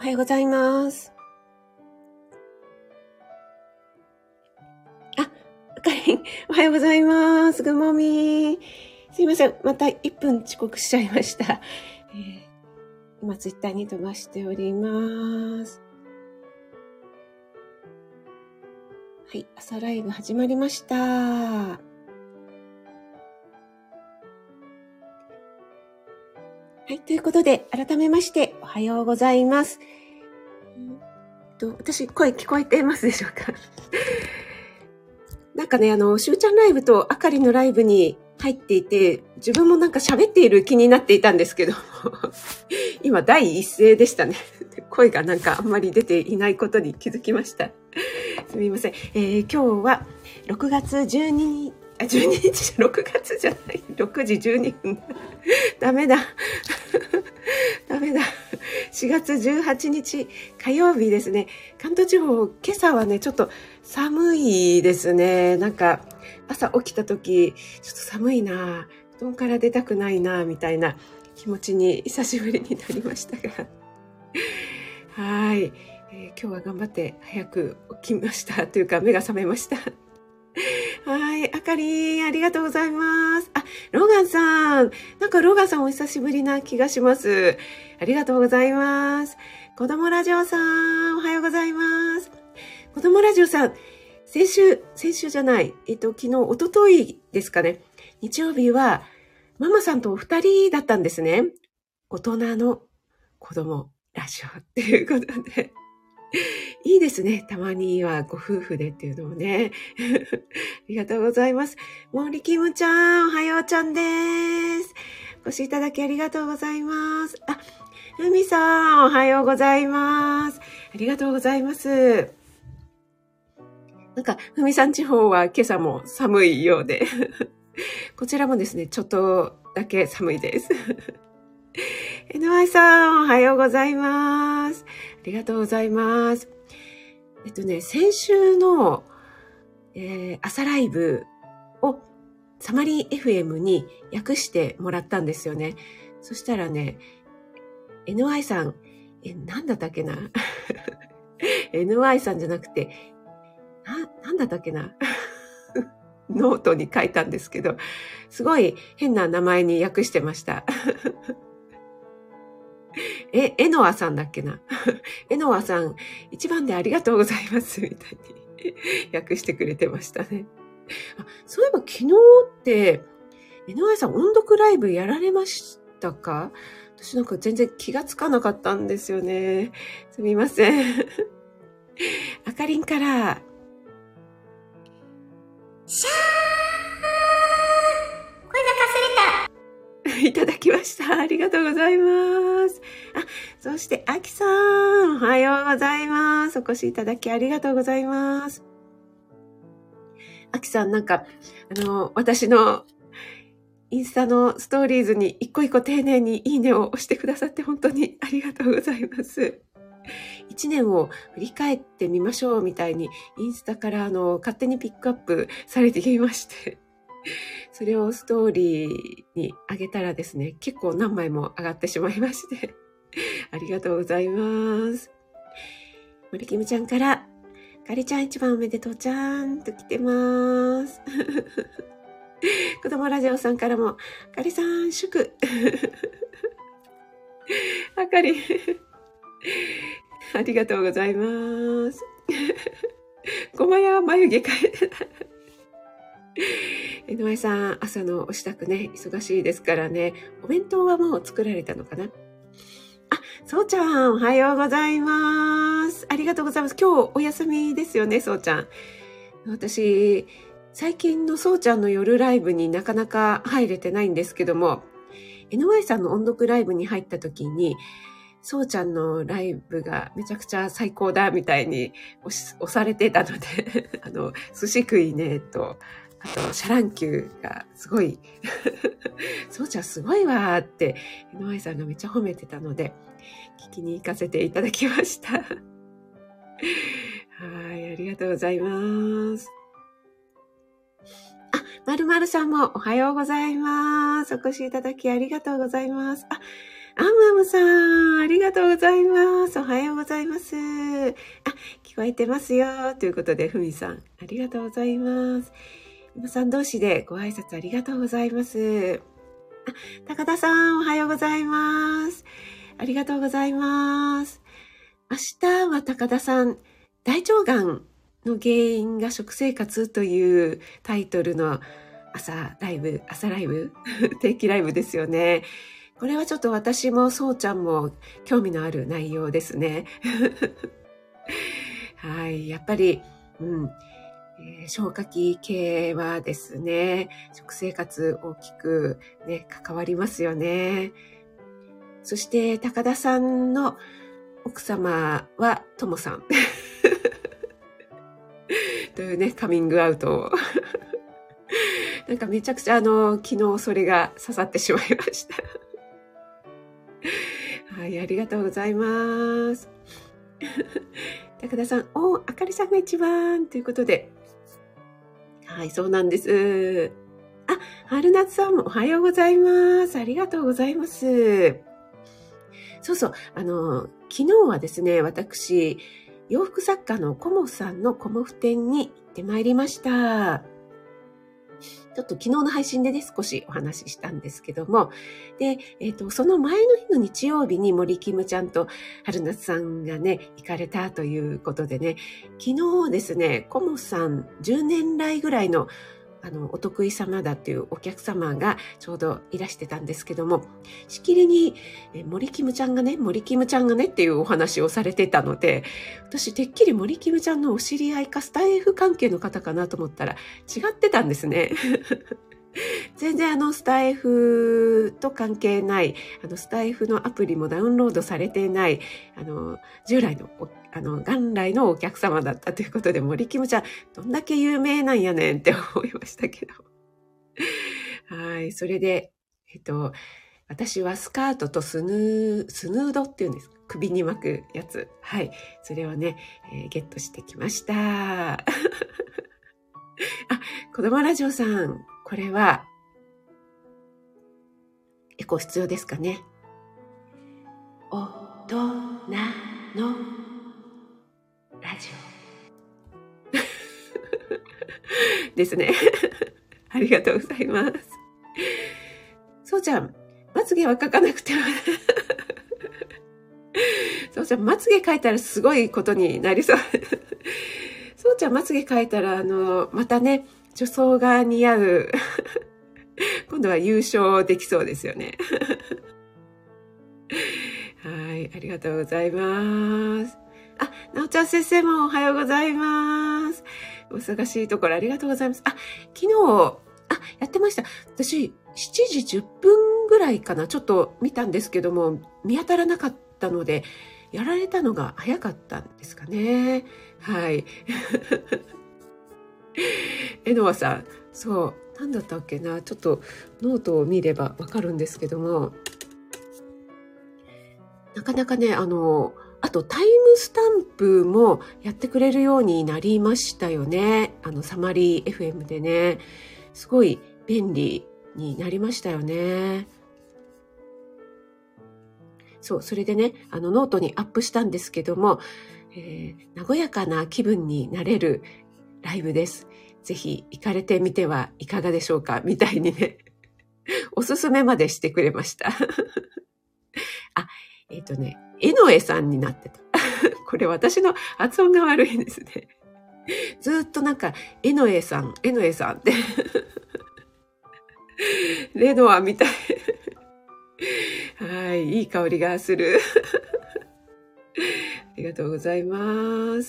おはようございます。あかりん、おはようございます。グッモーミー。すいません。また1分遅刻しちゃいました。今ツイッターに飛ばしております。はい、朝ライブ始まりました。はい、ということで、改めまして、おはようございます。私、声聞こえてますでしょうか？なんかね、しゅうちゃんライブとあかりのライブに入っていて、自分もなんか喋っている気になっていたんですけど、今第一声でしたね。声がなんかあんまり出ていないことに気づきました。すみません。今日は6月12日、6月じゃない、6時12分。ダメだ。ダメだ。4月18日火曜日ですね。関東地方、今朝はね、ちょっと寒いですね。なんか、朝起きた時、ちょっと寒いな、布団から出たくないな、みたいな気持ちに久しぶりになりましたが。はい、今日は頑張って早く起きましたというか、目が覚めました。はい、あかりん、ありがとうございます。ローガンさん。なんかローガンさんお久しぶりな気がします。ありがとうございます。子供ラジオさん、おはようございます。子供ラジオさん、先週じゃない、昨日、一昨日ですかね。日曜日は、ママさんとお二人だったんですね。大人の子供ラジオっていうことで。いいですね。たまにはご夫婦でっていうのもね。ありがとうございます。森キムちゃん、おはようちゃんです。お越しいただきありがとうございます。ふみさん、おはようございます。ありがとうございます。なんか、ふみさん地方は今朝も寒いようで。こちらもですね、ちょっとだけ寒いです。NY さん、おはようございます。ありがとうございます。先週の、朝ライブをサマリー FM に訳してもらったんですよね。そしたらね、NY さん、なんだったっけなNY さんじゃなくて、なんだったっけなノートに書いたんですけど、すごい変な名前に訳してました。エノアさんだっけな。エノアさん、一番でありがとうございます、みたいに訳してくれてましたね。そういえば昨日って、エノアさん音読ライブやられましたか？私なんか全然気がつかなかったんですよね。すみません。あかりんから、シャー声がかすれたいただきました。ありがとうございます。そしてあきさん、おはようございます。お越しいただきありがとうございます。あきさん、なんか私のインスタのストーリーズに一個一個丁寧にいいねを押してくださって本当にありがとうございます。1年を振り返ってみましょうみたいにインスタから勝手にピックアップされてきまして、それをストーリーに上げたらですね、結構何枚も上がってしまいまして、ありがとうございます。森キムちゃんから、かりちゃん一番おめでとうちゃんと来てます。子供ラジオさんからも、かりさん祝。あかり。ありがとうございます。ごまや眉毛変えてない。NY さん、朝のお支度ね、忙しいですからね。お弁当はもう作られたのかな？そうちゃん、おはようございます。ありがとうございます。今日お休みですよね、そうちゃん。私、最近のそうちゃんの夜ライブになかなか入れてないんですけども、NY さんの音読ライブに入った時に、そうちゃんのライブがめちゃくちゃ最高だみたいに押されてたので寿司食いねと、あとシャランキューがすごいそうちゃんすごいわーって NY さんがめっちゃ褒めてたので聞きに行かせていただきましたはい、ありがとうございます。まるまるさんもおはようございます。お越しいただきありがとうございます。 アムアムさん、ありがとうございます。おはようございます。聞こえてますよ。ということで、ふみさん、ありがとうございます。今さん同士でご挨拶ありがとうございます。高田さん、おはようございます。ありがとうございます。明日は高田さん、大腸がんの原因が食生活というタイトルの朝ライブ定期ライブですよね。これはちょっと私もそうちゃんも興味のある内容ですね。はい、やっぱり、消化器系はですね、食生活大きくね、関わりますよね。そして高田さんの奥様はともさんというね、カミングアウトをなんかめちゃくちゃ昨日それが刺さってしまいましたはい、ありがとうございます高田さん、あかりさんが一番ということで、はい、そうなんです。春夏さんもおはようございます。ありがとうございます。そうそう、昨日はですね、私、洋服作家のコモさんのコモフ展に行ってまいりました。ちょっと昨日の配信でね、少しお話ししたんですけども、で、その前の日の日曜日に森キムちゃんと春夏さんがね、行かれたということでね、昨日ですね、コモさん10年来ぐらいのお得意様だっていうお客様がちょうどいらしてたんですけども、しきりに森キムちゃんがねっていうお話をされてたので、私てっきり森キムちゃんのお知り合いかスタイフ関係の方かなと思ったら違ってたんですね。全然スタイフと関係ない、スタイフのアプリもダウンロードされていない、従来の元来のお客様だったということで、森キムちゃん、どんだけ有名なんやねんって思いましたけど。はい、それで、私はスカートとスヌードっていうんです。首に巻くやつ。はい、それをね、ゲットしてきました。子供ラジオさん、これは、エコ必要ですかね。大人のラジオ。ですね。ありがとうございます。そうちゃん、まつげは描かなくては。そうちゃん、まつげ描いたらすごいことになりそう。そうちゃん、まつげ描いたら、またね、女装が似合う。今度は優勝できそうですよね。はい、ありがとうございます。なおちゃん先生もおはようございます。お忙しいところありがとうございます。昨日、やってました。私、7時10分ぐらいかな、ちょっと見たんですけども、見当たらなかったので、やられたのが早かったんですかね。はい。江ノ和さん、そう、何だったっけな、ちょっとノートを見ればわかるんですけども、なかなかね、あとタイムスタンプもやってくれるようになりましたよね。サマリー FM でね。すごい便利になりましたよね。そう、それでね、ノートにアップしたんですけども、和やかな気分になれるライブです。ぜひ行かれてみてはいかがでしょうかみたいにね、おすすめまでしてくれました。江上さんになってた。これ私の発音が悪いんですね。ずっとなんか、江上さんってレノアみたい。はい、いい香りがする。ありがとうございます。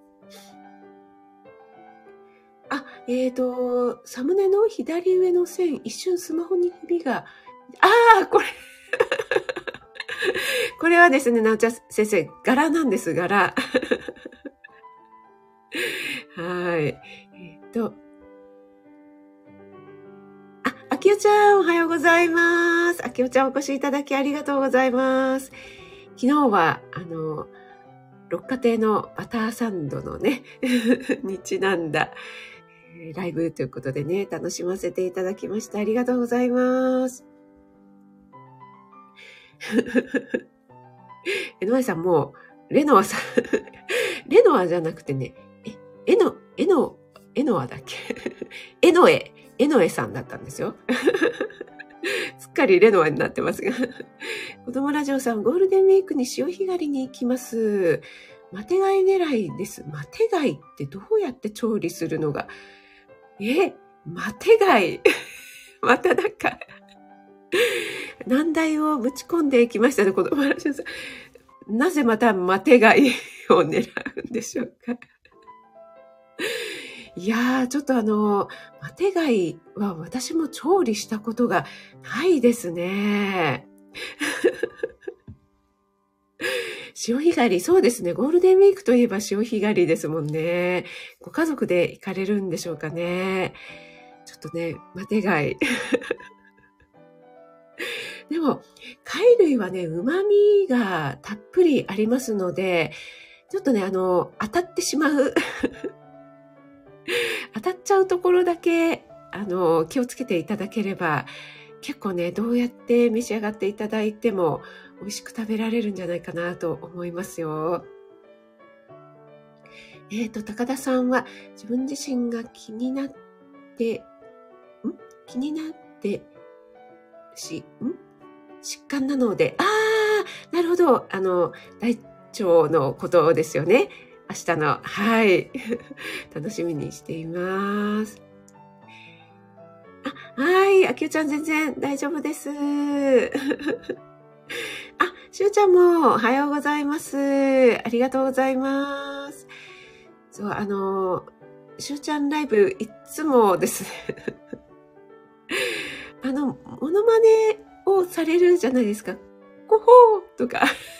サムネの左上の線、一瞬スマホにひびが、これはですね、なおちゃん先生、柄なんです、柄。はい。あきおちゃん、おはようございます。あきおちゃんお越しいただきありがとうございます。昨日は、六花亭のバターサンドのね、にちなんだ、ライブということでね、楽しませていただきました。ありがとうございます。 江上さんも、レノアさん、レノアじゃなくてね、エノアだっけエノエさんだったんですよ。すっかりレノアになってますが。子供ラジオさん、ゴールデンウィークに潮干狩りに行きます。マテ貝狙いです。マテ貝ってどうやって調理するのがマテ貝またなんか、難題をぶち込んでいきましたね、子供ラジオさん。なぜまたマテ貝を狙うんでしょうか。いやー、ちょっとマテ貝は私も調理したことがないですね。潮干狩り、そうですね。ゴールデンウィークといえば潮干狩りですもんね。ご家族で行かれるんでしょうかね。ちょっとね、マテ貝。でも、貝類はね、旨味がたっぷりありますので、ちょっとね、当たってしまう。当たっちゃうところだけ、気をつけていただければ、結構ね、どうやって召し上がっていただいても、美味しく食べられるんじゃないかなと思いますよ。高田さんは、自分自身が気になって、疾患なので、なるほど。大腸のことですよね。明日の、はい。楽しみにしています。はい。あきおちゃん全然大丈夫です。しゅうちゃんもおはようございます。ありがとうございます。そう、しゅうちゃんライブいつもですね。モノマネをされるじゃないですか。コホーとか。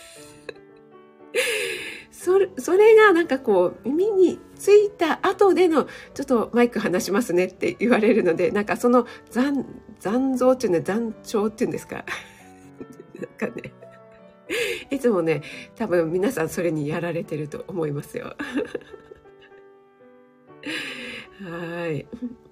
それがなんかこう耳についた後でのちょっとマイク離しますねって言われるので、なんかその残像っていうのは残聴っていうんですか。なんかね、いつもね、多分皆さんそれにやられてると思いますよ。はい。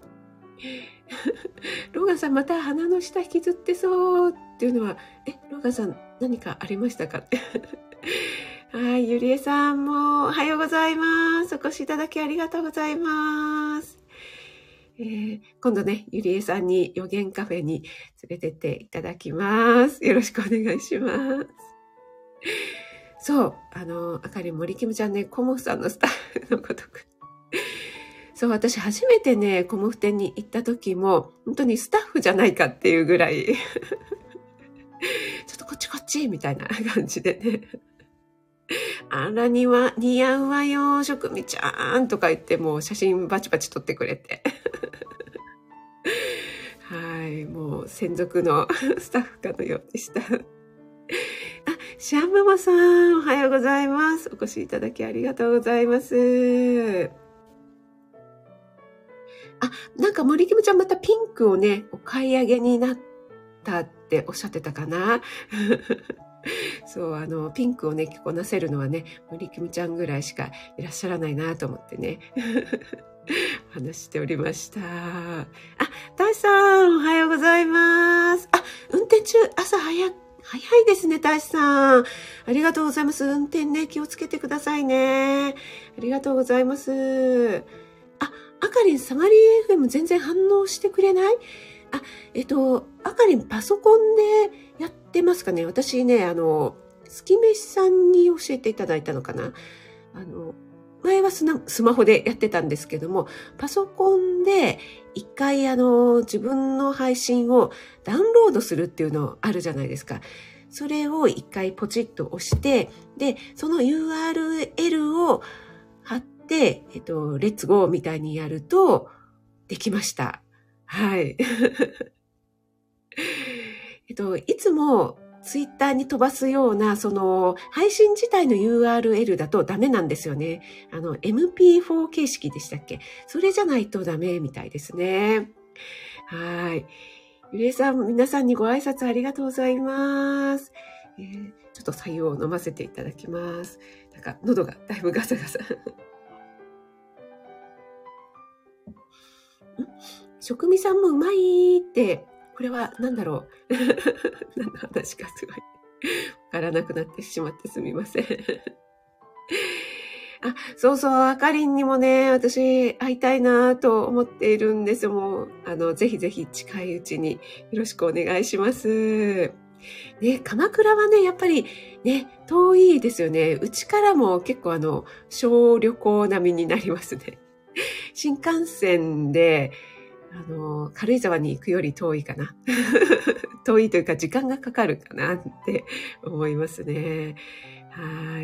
ローガンさんまた鼻の下引きずってそうっていうのは、ローガンさん何かありましたかって。はい、ゆりえさんもおはようございます。お越しいただきありがとうございます。今度ね、ゆりえさんに予言カフェに連れてっていただきます。よろしくお願いします。そう、あかり森キムちゃんね、コモフさんのスタッフのことく。そう、私初めてね、コモフ店に行った時も、本当にスタッフじゃないかっていうぐらい、ちょっとこっちこっちみたいな感じでね。あら似合うわよ、職味ちゃんとか言ってもう写真バチバチ撮ってくれて。はい、もう専属のスタッフかのようでした。シャンママさん、おはようございます。お越しいただきありがとうございます。なんか森キムちゃんまたピンクをね、お買い上げになったっておっしゃってたかな。そう、ピンクをね、着こなせるのはね、森キムちゃんぐらいしかいらっしゃらないなと思ってね、話しておりました。大志さん、おはようございます。運転中、朝早いですね、大志さん。ありがとうございます。運転ね、気をつけてくださいね。ありがとうございます。あかりん、サマリー FM 全然反応してくれない？あかりんパソコンでやってますかね？私ね、月飯さんに教えていただいたのかな？前はスマホでやってたんですけども、パソコンで一回自分の配信をダウンロードするっていうのあるじゃないですか。それを一回ポチッと押して、で、その URL を貼って、レッツゴーみたいにやるとできました。はい。いつもツイッターに飛ばすような、その配信自体の URL だとダメなんですよね。MP4 形式でしたっけ？それじゃないとダメみたいですね。はい。ゆりえさん、皆さんにご挨拶ありがとうございます。ちょっと白湯を飲ませていただきます。なんか喉がだいぶガサガサ。食味さんもうまいって、これは何だろう。何の話かすごい。 からなくなってしまってすみません。あ、そうそう、あかりんにもね、私会いたいなと思っているんですよ。もう、ぜひぜひ近いうちによろしくお願いします。ね、鎌倉はね、やっぱりね、遠いですよね。うちからも結構小旅行並みになりますね。新幹線で、軽井沢に行くより遠いかな。遠いというか時間がかかるかなって思いますね。はい。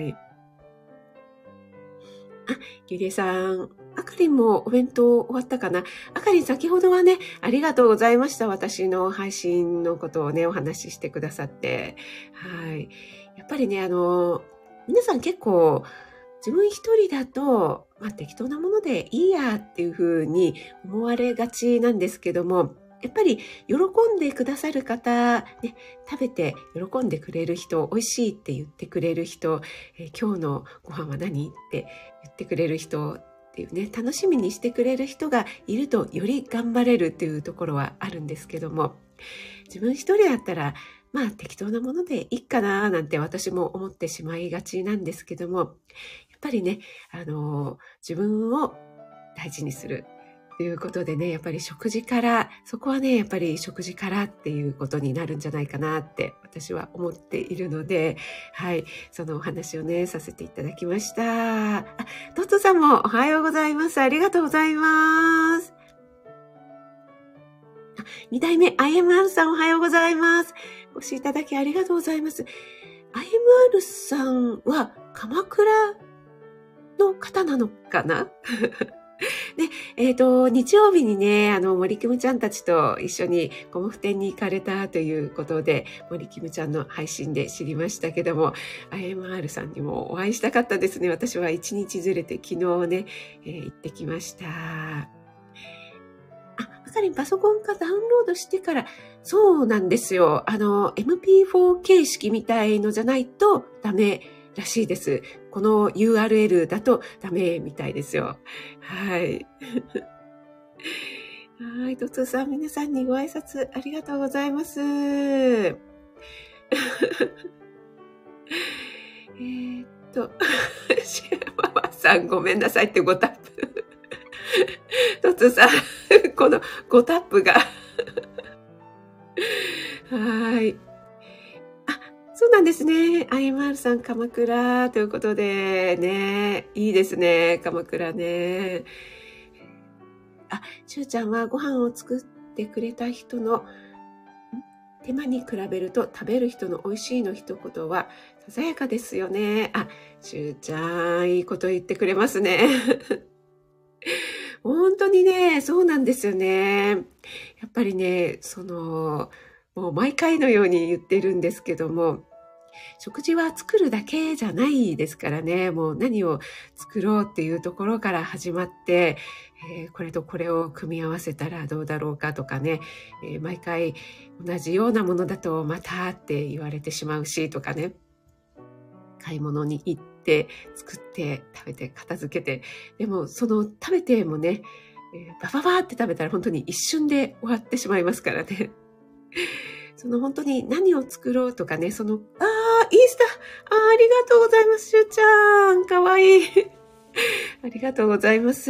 あ、ゆりえさん。あかりんもお弁当終わったかな。あかりん先ほどはね、ありがとうございました。私の配信のことをね、お話ししてくださって。はい。やっぱりね、皆さん結構、自分一人だと、適当なものでいいやっていうふうに思われがちなんですけども、やっぱり喜んでくださる方、ね、食べて喜んでくれる人、美味しいって言ってくれる人、今日のご飯は何って言ってくれる人っていうね、楽しみにしてくれる人がいるとより頑張れるっていうところはあるんですけども、自分一人だったら適当なものでいいかななんて私も思ってしまいがちなんですけども、やっぱりね、自分を大事にするということでね、やっぱり食事から、そこはね、やっぱり食事からっていうことになるんじゃないかなって私は思っているので、はい、そのお話をね、させていただきました。あ、トットさんもおはようございます。ありがとうございます。2代目、IMR さんおはようございます。ご視聴いただきありがとうございます。IMR さんは鎌倉の方なのかなで、日曜日にね、森キムちゃんたちと一緒にコモフ展に行かれたということで、森キムちゃんの配信で知りましたけども、IMR さんにもお会いしたかったですね。私は1日ずれて昨日ね、行ってきました。あかりんパソコンかダウンロードしてから、そうなんですよ。MP4 形式みたいのじゃないとダメらしいです。この URL だとダメみたいですよ。はい。はい、ドツーさん、皆さんにご挨拶ありがとうございます。シェママさんごめんなさいって5タップ。ドツーさん、この5タップが。はい。そうなんですね。IMR さん、鎌倉ということで、ね、いいですね、鎌倉ね。しゅうちゃんはご飯を作ってくれた人の手間に比べると食べる人の美味しいの一言はささやかですよね。しゅうちゃん、いいこと言ってくれますね。本当にね、そうなんですよね。やっぱりね、もう毎回のように言ってるんですけども、食事は作るだけじゃないですからね。もう何を作ろうっていうところから始まって、これとこれを組み合わせたらどうだろうかとかね、毎回同じようなものだとまたって言われてしまうしとかね、買い物に行って作って食べて片付けて、でも食べてもね、バババーって食べたら本当に一瞬で終わってしまいますからね。本当に何を作ろうとかね、イースター、ありがとうございます、しゅうちゃん。かわいい。ありがとうございます。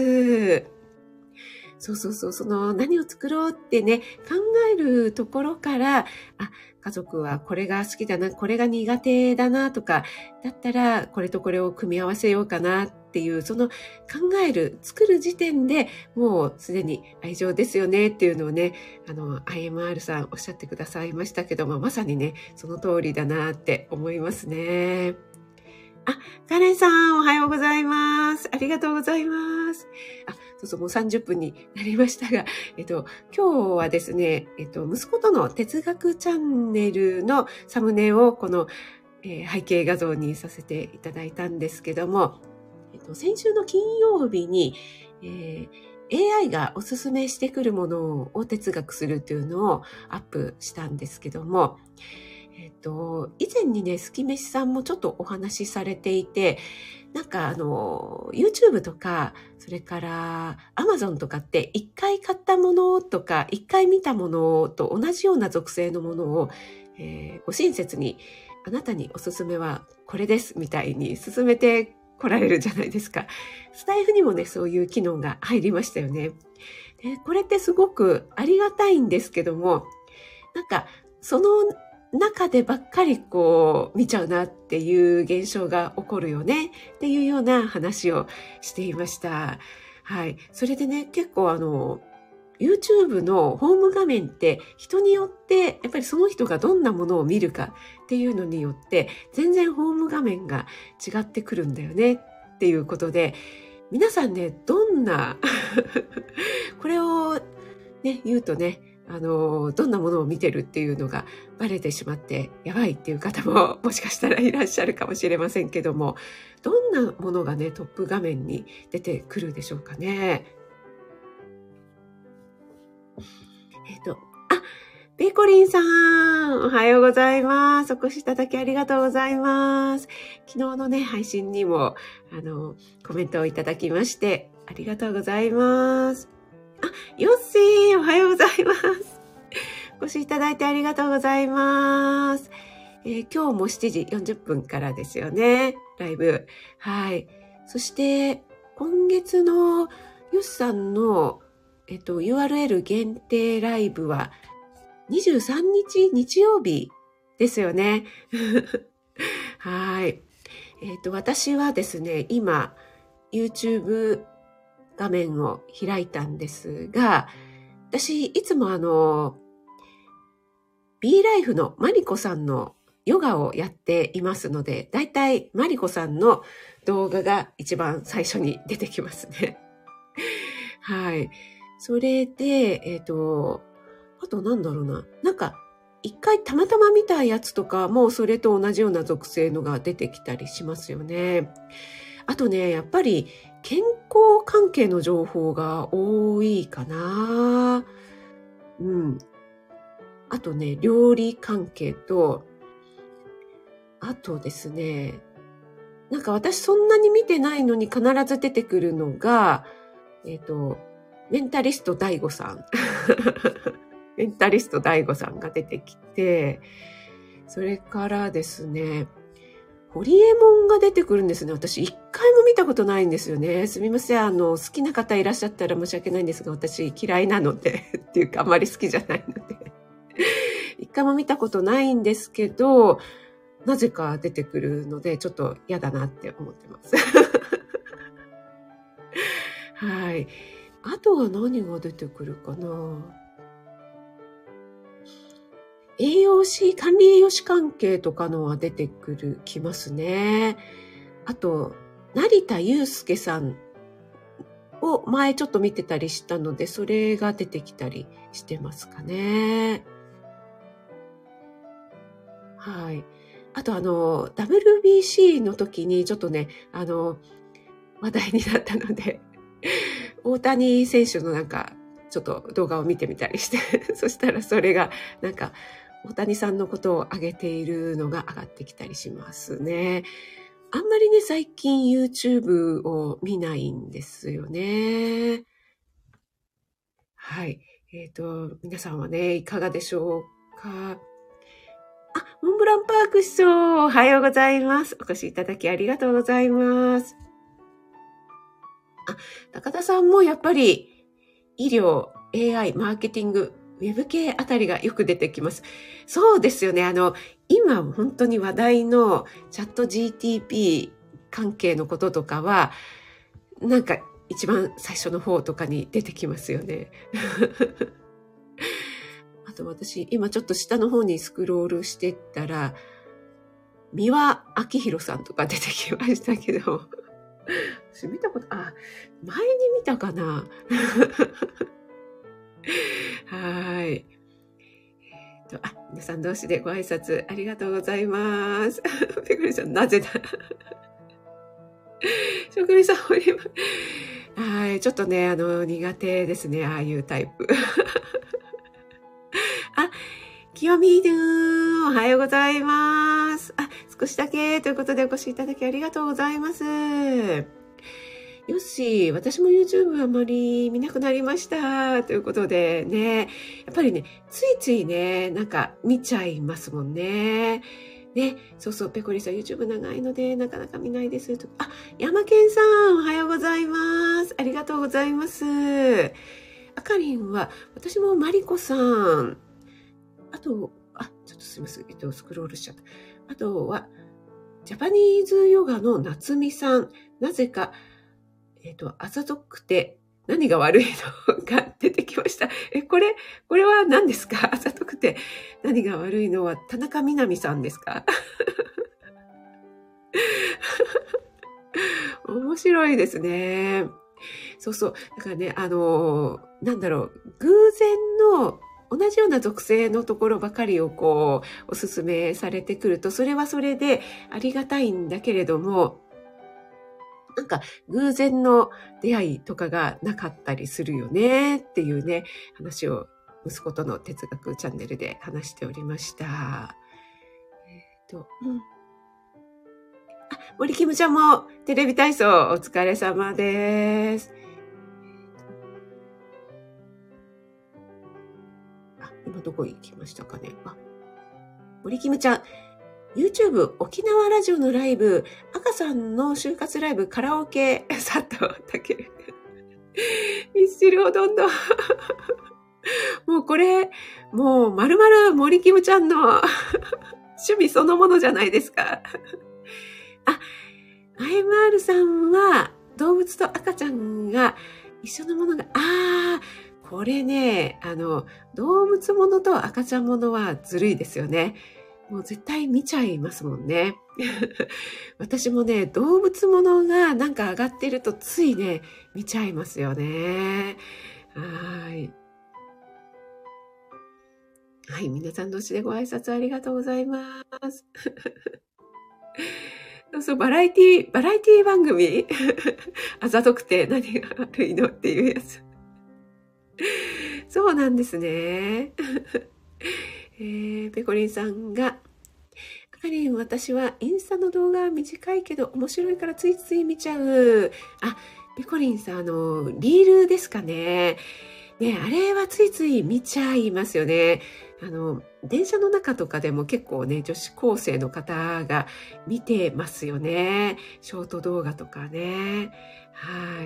何を作ろうってね、考えるところから、家族はこれが好きだな、これが苦手だなとか、だったらこれとこれを組み合わせようかなっていう、考える、作る時点でもうすでに愛情ですよねっていうのをね、IMR さんおっしゃってくださいましたけども、まさにね、その通りだなって思いますね。カレンさん、おはようございます。ありがとうございます。もう30分になりましたが、今日はですね、息子との哲学チャンネルのサムネをこの、背景画像にさせていただいたんですけども、先週の金曜日に、AI がおすすめしてくるものを哲学するっていうのをアップしたんですけども、以前にね、すきめしさんもちょっとお話しされていて、YouTube とか、それから Amazon とかって一回買ったものとか、一回見たものと同じような属性のものを、 ご親切にあなたにおすすめはこれですみたいに勧めて来られるじゃないですか。スタイフにもね、そういう機能が入りましたよね。でこれってすごくありがたいんですけども、なんかその中でばっかりこう見ちゃうなっていう現象が起こるよねっていうような話をしていました。はい。それでね、結構YouTube のホーム画面って人によってやっぱりその人がどんなものを見るかっていうのによって全然ホーム画面が違ってくるんだよねっていうことで、皆さんね、どんなこれをね、言うとね、どんなものを見てるっていうのがバレてしまってやばいっていう方ももしかしたらいらっしゃるかもしれませんけども、どんなものがね、トップ画面に出てくるでしょうかね。ペイコリンさん、おはようございます。お越しいただきありがとうございます。昨日のね、配信にも、コメントをいただきまして、ありがとうございます。ヨッシー、おはようございます。お越しいただいてありがとうございます。今日も7時40分からですよね、ライブ。はい。そして、今月のヨッシーさんの、URL 限定ライブは、23日日曜日ですよね。はい。私はですね、今、YouTube 画面を開いたんですが、私、いつもB ライフのマリコさんのヨガをやっていますので、だいたいマリコさんの動画が一番最初に出てきますね。はい。それで、あとなんだろうな。なんか、一回たまたま見たやつとかもそれと同じような属性のが出てきたりしますよね。あとね、やっぱり健康関係の情報が多いかな。うん。あとね、料理関係と、あとですね、なんか私そんなに見てないのに必ず出てくるのが、メンタリスト DAIGO さん。メンタリスト DAIGO さんが出てきて、それからですね、ホリエモンが出てくるんですね。私一回も見たことないんですよね。すみません。好きな方いらっしゃったら申し訳ないんですが、私嫌いなので、っていうかあまり好きじゃないので。一回も見たことないんですけど、なぜか出てくるので、ちょっと嫌だなって思ってます。はい。あとは何が出てくるかな。管理栄養士関係とかのは出てきますね。あと、成田悠介さんを前ちょっと見てたりしたので、それが出てきたりしてますかね。はい。あとWBC の時にちょっとね、話題になったので、大谷選手のなんか、ちょっと動画を見てみたりして、そしたらそれがなんか、大谷さんのことを上げているのが上がってきたりしますね。あんまりね、最近 YouTube を見ないんですよね。はい。皆さんはね、いかがでしょうか。モンブランパーク師匠、おはようございます。お越しいただきありがとうございます。高田さんもやっぱり医療、AI、マーケティング、ウェブ系あたりがよく出てきます。そうですよね。今本当に話題のチャット GTP 関係のこととかは、なんか一番最初の方とかに出てきますよね。あと私、今ちょっと下の方にスクロールしてったら、三輪明宏さんとか出てきましたけど、私見たこと、前に見たかな。はい。皆さん同士でご挨拶ありがとうございます。ペグリさん、なぜだ職人さん、はい、ちょっとね、苦手ですね、ああいうタイプ。清美ぬー、おはようございます。少しだけということでお越しいただきありがとうございます。 よし、私も YouTube あまり見なくなりました。ということでね、やっぱりね、ついついね、なんか見ちゃいますもんね。ね、そうそう、ペコリさん YouTube 長いのでなかなか見ないです。あ、山健さん、おはようございます。ありがとうございます。あかりんは、私もマリコさん、あと、ちょっとすいません。スクロールしちゃった。あとは、ジャパニーズヨガの夏美さん。なぜか、あざとくて何が悪いのが出てきました。これは何ですか？あざとくて何が悪いのは田中みな実さんですか？面白いですね。そうそう。だからね、なんだろう、偶然の同じような属性のところばかりをこう、おすすめされてくると、それはそれでありがたいんだけれども、なんか偶然の出会いとかがなかったりするよねっていうね、話を息子との哲学チャンネルで話しておりました。森キムちゃんもテレビ体操お疲れ様です。今どこ行きましたかね。森キムちゃん、YouTube 沖縄ラジオのライブ、赤さんの就活ライブカラオケ、佐藤健。ミスチルをどんどん。もうこれ、もう丸々森キムちゃんの趣味そのものじゃないですか。IMR さんは動物と赤ちゃんが一緒のものが、これね、動物ものと赤ちゃんものはずるいですよね。もう絶対見ちゃいますもんね。私もね、動物ものがなんか上がってるとついね、見ちゃいますよね。はい。はい、皆さん同士でご挨拶ありがとうございます。そう、バラエティ番組あざとくて何が悪いのっていうやつ。そうなんですね。ペコリンさんが、あかりん、私はインスタの動画は短いけど面白いからついつい見ちゃう。ペコリンさん、リールですかね。ね、あれはついつい見ちゃいますよね。電車の中とかでも結構ね、女子高生の方が見てますよね。ショート動画とかね。はい。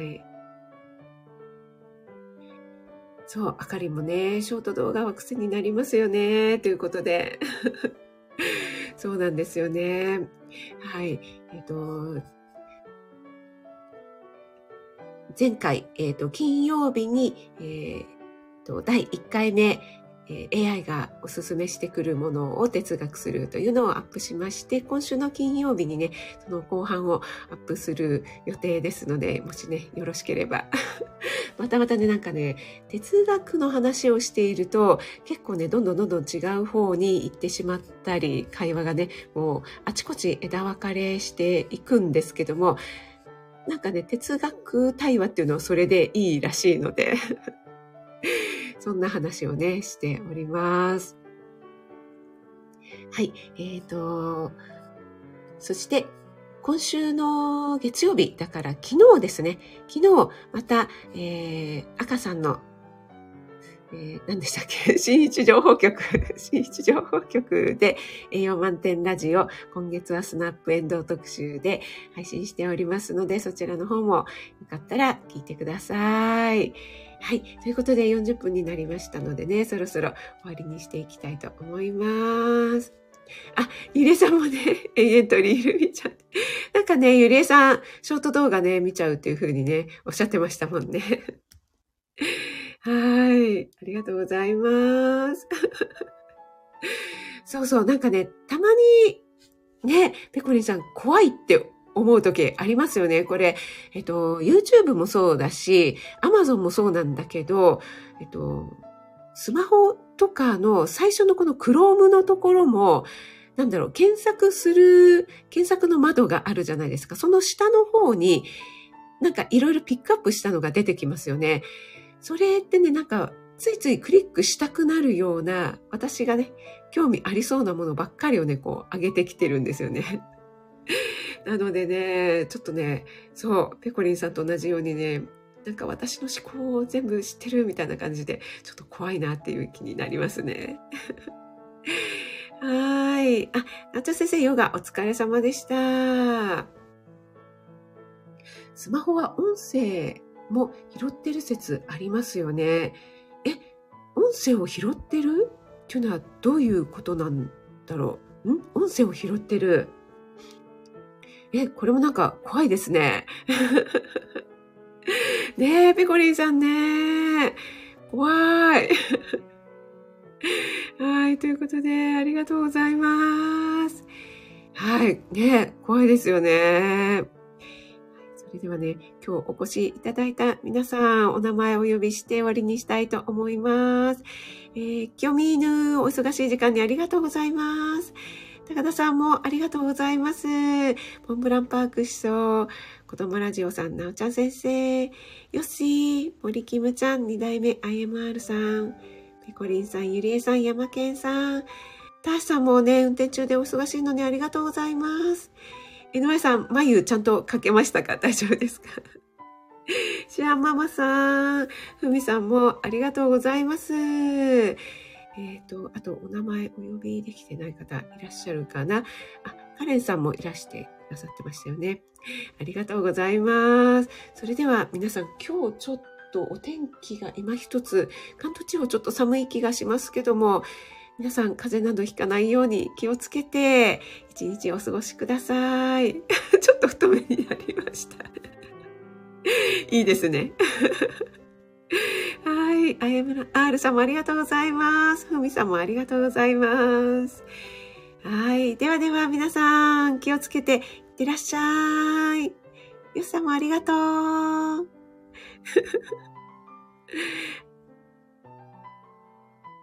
そう、あかりもね、ショート動画は癖になりますよね。ということで。そうなんですよね。はい。前回、金曜日に、第1回目、AI がおすすめしてくるものを哲学するというのをアップしまして、今週の金曜日にね、その後半をアップする予定ですので、もしね、よろしければ。またね、なんかね、哲学の話をしていると、結構ね、どんどん違う方に行ってしまったり、会話がね、もうあちこち枝分かれしていくんですけども、なんかね、哲学対話っていうのはそれでいいらしいので、そんな話をね、しております。はい。そして、今週の月曜日、だから昨日ですね。昨日、また、赤さんの、何でしたっけ新一情報局で栄養満点ラジオ、今月はスナップエンドウ特集で配信しておりますので、そちらの方もよかったら聞いてください。はい。ということで40分になりましたのでね、そろそろ終わりにしていきたいと思います。ゆりえさんもね、永遠とリール見ちゃって。なんかね、ゆりえさん、ショート動画ね、見ちゃうっていう風にね、おっしゃってましたもんね。はい。ありがとうございます。そう、なんかね、たまにね、ペコリンさん怖いって思う時ありますよね。これ、YouTube もそうだし、Amazon もそうなんだけど、スマホとかの最初のこの Chrome のところも、検索の窓があるじゃないですか。その下の方に、なんかいろいろピックアップしたのが出てきますよね。それってね、なんか、ついついクリックしたくなるような、私がね、興味ありそうなものばっかりをね、こう、上げてきてるんですよね。 なのでね、ちょっとね、そう、ペコリンさんと同じようにね、なんか私の思考を全部知ってるみたいな感じで、ちょっと怖いなっていう気になりますね。はーい。あ、なっちゃん先生、ヨガお疲れ様でした。スマホは音声も拾ってる説ありますよね。音声を拾ってるっていうのはどういうことなんだろう。音声を拾ってる。これもなんか怖いですね。ねえ、ペコリンさんね。怖い。はい、ということで、ありがとうございます。はい、ね、怖いですよね。それではね、今日お越しいただいた皆さん、お名前をお呼びして終わりにしたいと思います。キョミーヌ、お忙しい時間にありがとうございます。高田さんもありがとうございます。モンブランパーク思想、子供ラジオさん、なおちゃん先生、ヨッシー、森キムちゃん、2代目 IMR さん、ペコリンさん、ゆりえさん、ヤマケンさん、ターシさんもね、運転中でお忙しいのにありがとうございます。井上さん、眉ちゃんとかけましたか？大丈夫ですか？シアンママさん、ふみさんもありがとうございます。あと、お名前お呼びできてない方いらっしゃるかな？カレンさんもいらしてくださってましたよね。ありがとうございます。それでは皆さん、今日ちょっとお天気が今一つ、関東地方ちょっと寒い気がしますけども、皆さん風邪などひかないように気をつけて、一日お過ごしください。ちょっと太めになりました。いいですね。はい。R さんもありがとうございます。ふみさんもありがとうございます。はい。ではでは皆さん気をつけていってらっしゃい。ゆっさんもありがとう。